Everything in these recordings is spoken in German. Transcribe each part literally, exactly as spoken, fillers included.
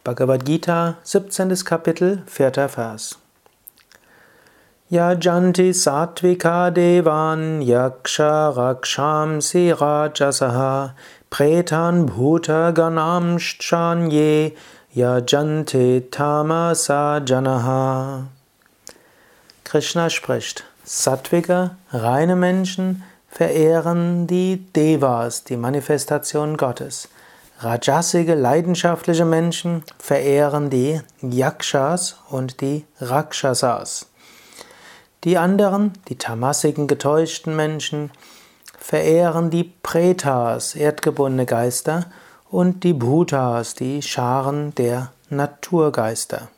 Bhagavad Gita, siebzehntes Kapitel, vierter Vers. Yajanti sattvika devan yaksha rakshamsi rajasaha pretan bhuta ganamshchanye yajanti tamasa janaha. Krishna spricht: Sattvige, reine Menschen verehren die Devas, die Manifestation Gottes. Rajasige, leidenschaftliche Menschen verehren die Yakshas und die Rakshasas. Die anderen, die tamasigen, getäuschten Menschen, verehren die Pretas, erdgebundene Geister, und die Bhutas, die Scharen der Naturgeister.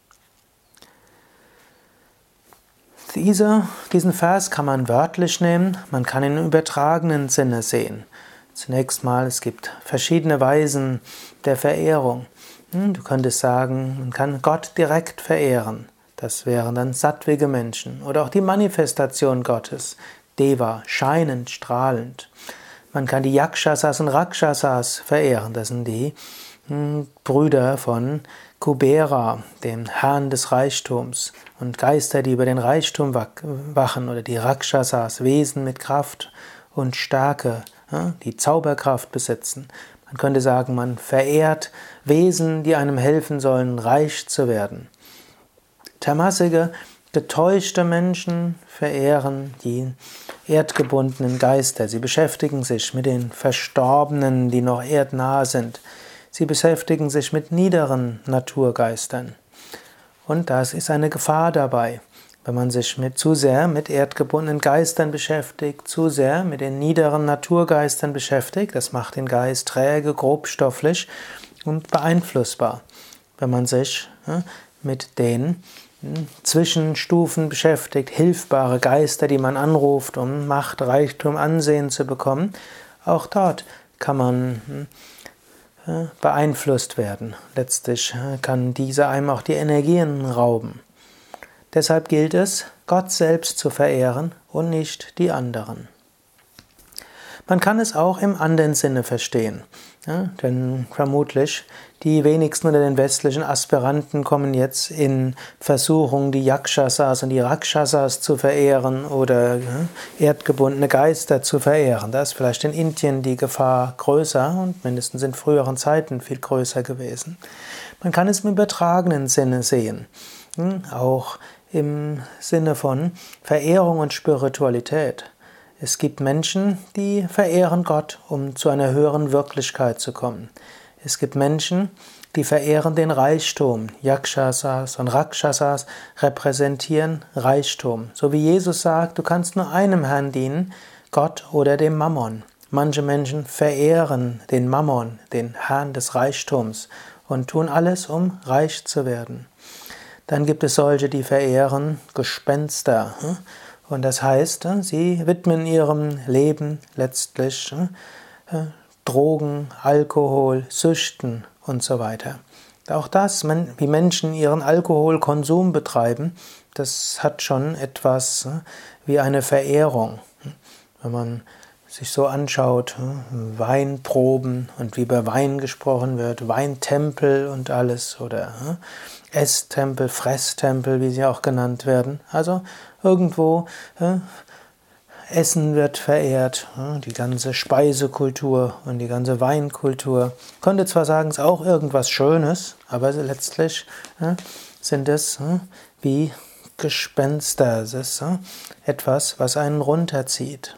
Diese, diesen Vers kann man wörtlich nehmen, man kann ihn im übertragenen Sinne sehen. Zunächst mal, es gibt verschiedene Weisen der Verehrung. Du könntest sagen, man kann Gott direkt verehren. Das wären dann sattwige Menschen. Oder auch die Manifestation Gottes, Deva, scheinend, strahlend. Man kann die Yakshasas und Rakshasas verehren. Das sind die Brüder von Kubera, dem Herrn des Reichtums. Und Geister, die über den Reichtum wachen. Oder die Rakshasas, Wesen mit Kraft und Stärke, die Zauberkraft besitzen. Man könnte sagen, man verehrt Wesen, die einem helfen sollen, reich zu werden. Tamasige, getäuschte Menschen verehren die erdgebundenen Geister. Sie beschäftigen sich mit den Verstorbenen, die noch erdnah sind. Sie beschäftigen sich mit niederen Naturgeistern. Und das ist eine Gefahr dabei. Wenn man sich mit, zu sehr mit erdgebundenen Geistern beschäftigt, zu sehr mit den niederen Naturgeistern beschäftigt, das macht den Geist träge, grobstofflich und beeinflussbar. Wenn man sich ja, mit den hm, Zwischenstufen beschäftigt, hilfbare Geister, die man anruft, um Macht, Reichtum, Ansehen zu bekommen, auch dort kann man hm, ja, beeinflusst werden. Letztlich ja, kann diese einem auch die Energien rauben. Deshalb gilt es, Gott selbst zu verehren und nicht die anderen. Man kann es auch im anderen Sinne verstehen, ja, denn vermutlich die wenigsten unter den westlichen Aspiranten kommen jetzt in Versuchung, die Yakshasas und die Rakshasas zu verehren oder ja, erdgebundene Geister zu verehren. Da ist vielleicht in Indien die Gefahr größer und mindestens in früheren Zeiten viel größer gewesen. Man kann es im übertragenen Sinne sehen, auch im Sinne von Verehrung und Spiritualität. Es gibt Menschen, die verehren Gott, um zu einer höheren Wirklichkeit zu kommen. Es gibt Menschen, die verehren den Reichtum. Yakshasas und Rakshasas repräsentieren Reichtum. So wie Jesus sagt, du kannst nur einem Herrn dienen, Gott oder dem Mammon. Manche Menschen verehren den Mammon, den Herrn des Reichtums, und tun alles, um reich zu werden. Dann gibt es solche, die verehren Gespenster. Und das heißt, sie widmen ihrem Leben letztlich Drogen, Alkohol, Süchten und so weiter. Auch das, wie Menschen ihren Alkoholkonsum betreiben, das hat schon etwas wie eine Verehrung. Wenn man sich so anschaut, Weinproben und wie über Wein gesprochen wird, Weintempel und alles oder Esstempel, Fresstempel, wie sie auch genannt werden. Also irgendwo äh, Essen wird verehrt, äh, die ganze Speisekultur und die ganze Weinkultur. Ich könnte zwar sagen, es ist auch irgendwas Schönes, aber letztlich äh, sind es äh, wie Gespenster. Es ist äh, etwas, was einen runterzieht.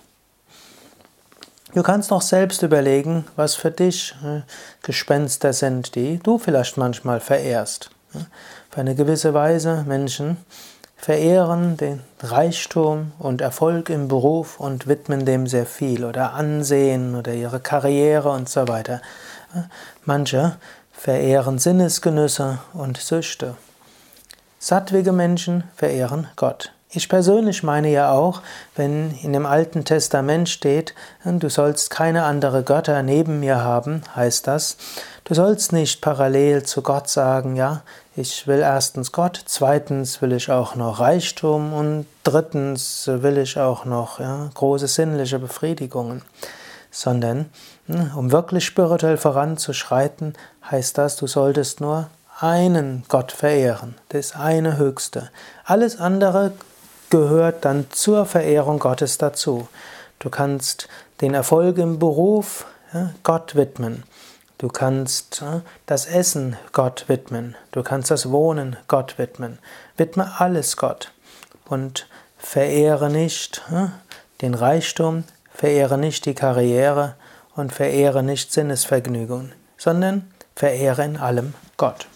Du kannst noch selbst überlegen, was für dich äh, Gespenster sind, die du vielleicht manchmal verehrst. Auf eine gewisse Weise Menschen verehren den Reichtum und Erfolg im Beruf und widmen dem sehr viel oder Ansehen oder ihre Karriere und so weiter. Manche verehren Sinnesgenüsse und Süchte. Sattwige Menschen verehren Gott. Ich persönlich meine ja auch, wenn in dem Alten Testament steht, du sollst keine andere Götter neben mir haben, heißt das, du sollst nicht parallel zu Gott sagen, ja, ich will erstens Gott, zweitens will ich auch noch Reichtum und drittens will ich auch noch ja, große sinnliche Befriedigungen. Sondern, um wirklich spirituell voranzuschreiten, heißt das, du solltest nur einen Gott verehren, das eine Höchste. Alles andere gehört dann zur Verehrung Gottes dazu. Du kannst den Erfolg im Beruf, ja, Gott widmen. Du kannst ja, das Essen Gott widmen. Du kannst das Wohnen Gott widmen. Widme alles Gott. Und verehre nicht ja, den Reichtum, verehre nicht die Karriere und verehre nicht Sinnesvergnügungen, sondern verehre in allem Gott.